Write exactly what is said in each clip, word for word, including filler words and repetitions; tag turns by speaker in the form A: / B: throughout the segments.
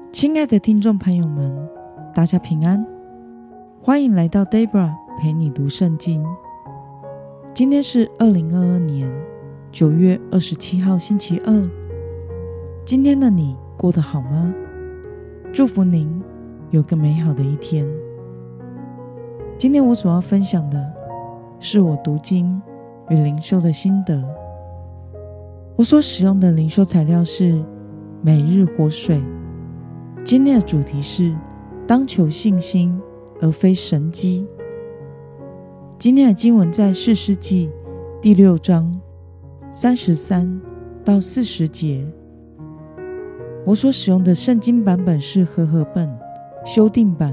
A: 亲爱的听众朋友们，大家平安，欢迎来到 Debra 陪你读圣经。今天是二零二二年九月二十七号星期二。今天的你过得好吗？祝福您有个美好的一天。今天我所要分享的是我读经与灵修的心得。我所使用的灵修材料是每日活水。今天的主题是当求信心而非神迹。今天的经文在士师记第六章三十三到四十节。我所使用的圣经版本是和合本修订版。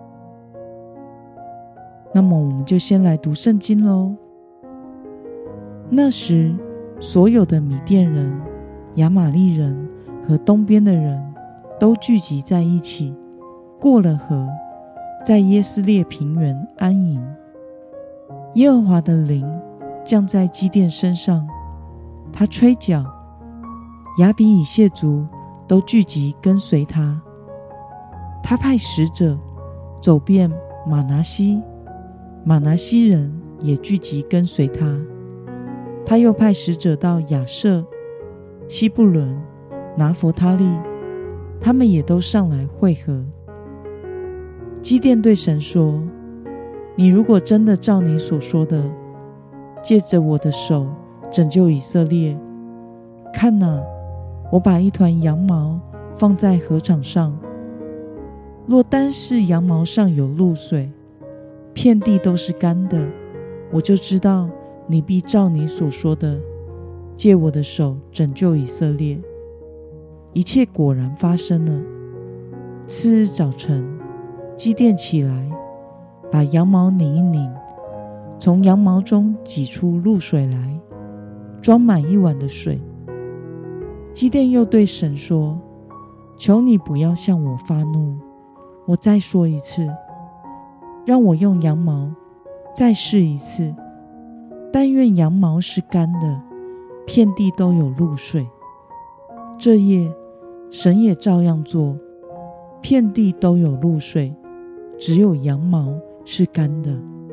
A: 那么我们就先来读圣经咯。那时所有的米甸人、亚玛利人和东边的人都聚集在一起，过了河，在耶斯列平原安营。耶和华的灵降在基甸身上，他吹角，亚比以谢族都聚集跟随他。他派使者走遍玛拿西，玛拿西人也聚集跟随他。他又派使者到亚设、西布伦、拿弗他利，他们也都上来会合。基甸对神说：你如果真的照你所说的，借着我的手拯救以色列，看哪，我把一团羊毛放在禾场上，若单是羊毛上有露水，遍地都是干的，我就知道你必照你所说的，借我的手拯救以色列。一切果然发生了。次日早晨，基甸起来，把羊毛拧一拧，从羊毛中挤出露水来，装满一碗的水。基甸又对神说：求你不要向我发怒，我再说一次，让我用羊毛再试一次，但愿羊毛是干的，遍地都有露水。这夜神也照样做，遍地都有露水，只有羊毛是干的。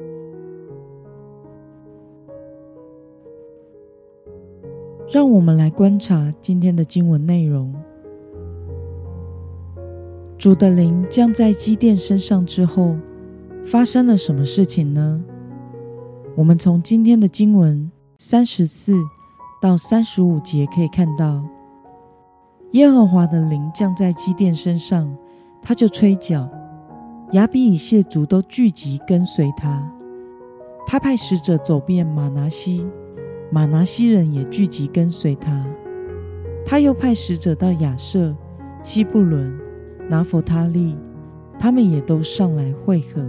A: 让我们来观察今天的经文内容。主的灵降在基甸身上之后，发生了什么事情呢？我们从今天的经文三十四到三十五节可以看到，耶和华的灵降在基甸身上，他就吹角，亚比以谢族都聚集跟随他。他派使者走遍玛拿西，玛拿西人也聚集跟随他。他又派使者到亚设、西布伦、拿弗他利，他们也都上来会合。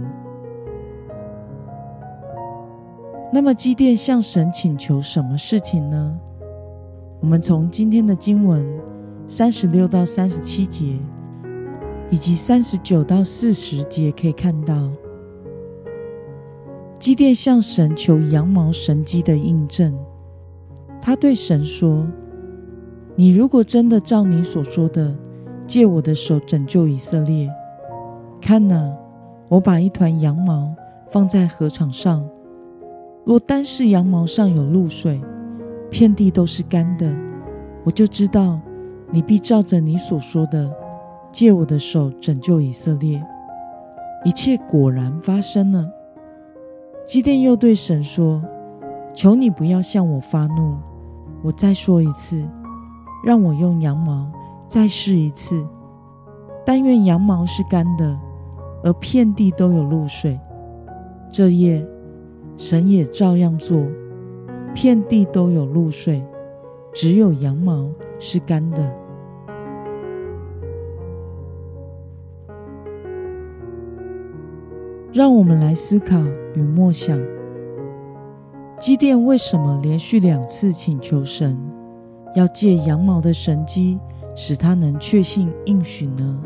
A: 那么基甸向神请求什么事情呢？我们从今天的经文三十六到三十七节以及三十九到四十节可以看到，基甸向神求羊毛神迹的印证。他对神说：你如果真的照你所说的，借我的手拯救以色列，看哪，我把一团羊毛放在禾场上，若单是羊毛上有露水，遍地都是干的，我就知道你必照着你所说的，借我的手拯救以色列。一切果然发生了。基甸又对神说：求你不要向我发怒，我再说一次，让我用羊毛再试一次，但愿羊毛是干的，而遍地都有露水。这夜神也照样做，遍地都有露水，只有羊毛是干的。让我们来思考与默想，基甸为什么连续两次请求神要借羊毛的神迹，使他能确信应许呢？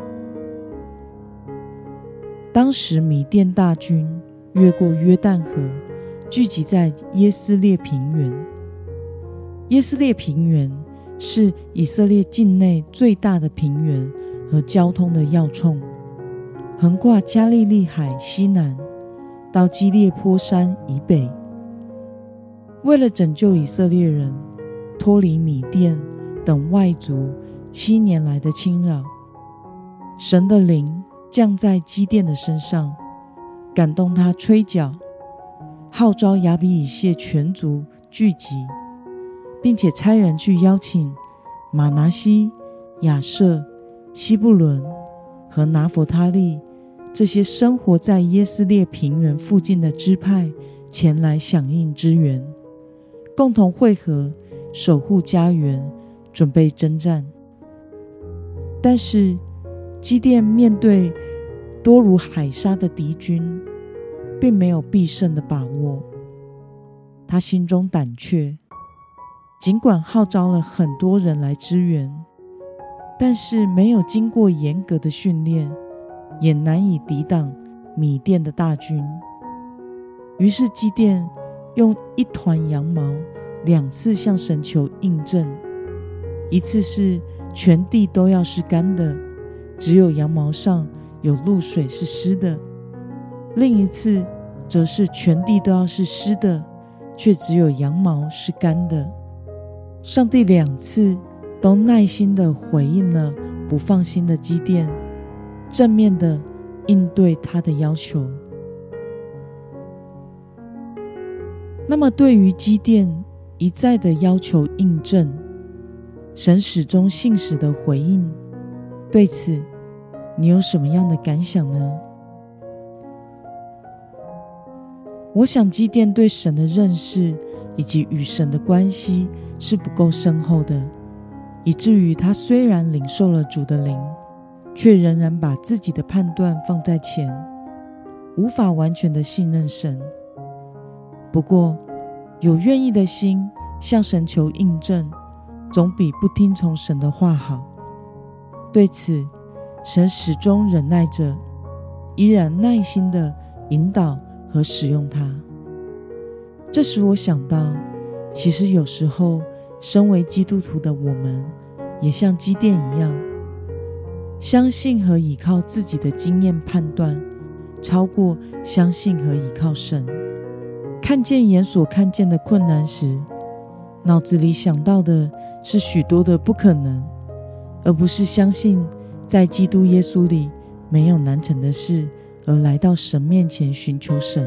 A: 当时米甸大军越过约旦河，聚集在耶斯列平原。耶斯列平原是以色列境内最大的平原， 和交通的要冲，横跨加利利海西南到基列坡山以北。为了拯救以色列人脱离米甸等外族七年来的侵扰，神的灵降在基甸的身上，感动他吹角，号召亚比以谢全族聚集，并且差人去邀请玛拿西、亚设、西布伦和拿弗他利这些生活在耶斯列平原附近的支派前来响应支援，共同会合，守护家园，准备征战。但是基甸面对多如海沙的敌军，并没有必胜的把握。他心中胆怯，尽管号召了很多人来支援，但是没有经过严格的训练，也难以抵挡米甸的大军。于是基甸用一团羊毛两次向神求印证，一次是全地都要是干的，只有羊毛上有露水是湿的；另一次则是全地都要是湿的，却只有羊毛是干的。上帝两次都耐心地回应了不放心的基甸，正面地应对他的要求。那么对于基甸一再的要求印证，神始终信实的回应，对此你有什么样的感想呢？我想基甸对神的认识以及与神的关系是不够深厚的，以至于他虽然领受了主的灵，却仍然把自己的判断放在前，无法完全的信任神。不过有愿意的心向神求印证，总比不听从神的话好。对此，神始终忍耐着，依然耐心的引导和使用它。这使我想到，其实有时候身为基督徒的我们，也像基甸一样，相信和依靠自己的经验判断，超过相信和依靠神。看见眼所看见的困难时，脑子里想到的是许多的不可能，而不是相信在基督耶稣里没有难成的事，而来到神面前寻求神。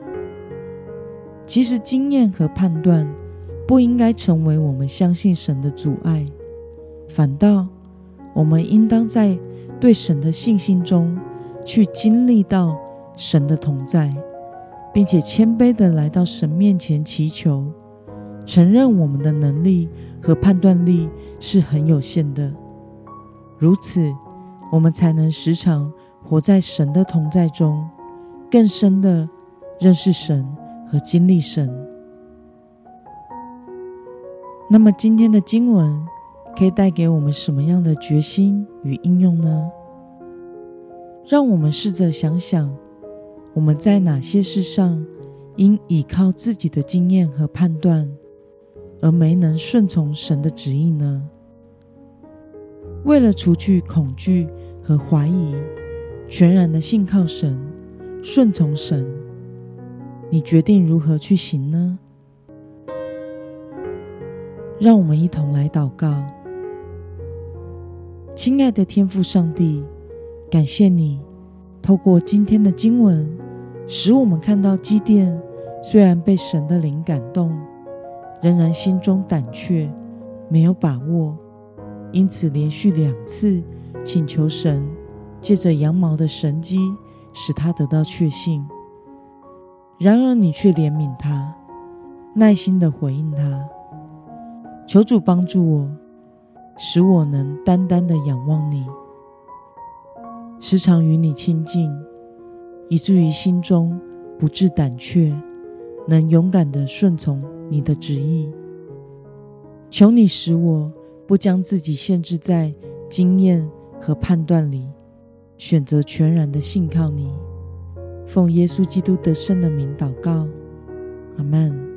A: 其实经验和判断不应该成为我们相信神的阻碍，反倒我们应当在对神的信心中去经历到神的同在，并且谦卑地来到神面前祈求，承认我们的能力和判断力是很有限的。如此，我们才能时常活在神的同在中，更深地认识神和经历神。那么今天的经文可以带给我们什么样的决心与应用呢？让我们试着想想，我们在哪些事上因倚靠自己的经验和判断，而没能顺从神的旨意呢？为了除去恐惧和怀疑，全然的信靠神，顺从神，你决定如何去行呢？让我们一同来祷告。亲爱的天父上帝，感谢你透过今天的经文，使我们看到基甸虽然被神的灵感动，仍然心中胆怯，没有把握，因此连续两次请求神借着羊毛的神迹使他得到确信。然而你却怜悯他，耐心地回应他。求主帮助我，使我能单单地仰望你，时常与你亲近，以至于心中不致胆怯，能勇敢地顺从你的旨意。求你使我不将自己限制在经验和判断里，选择全然的信靠你。奉耶稣基督得胜的名祷告，阿们。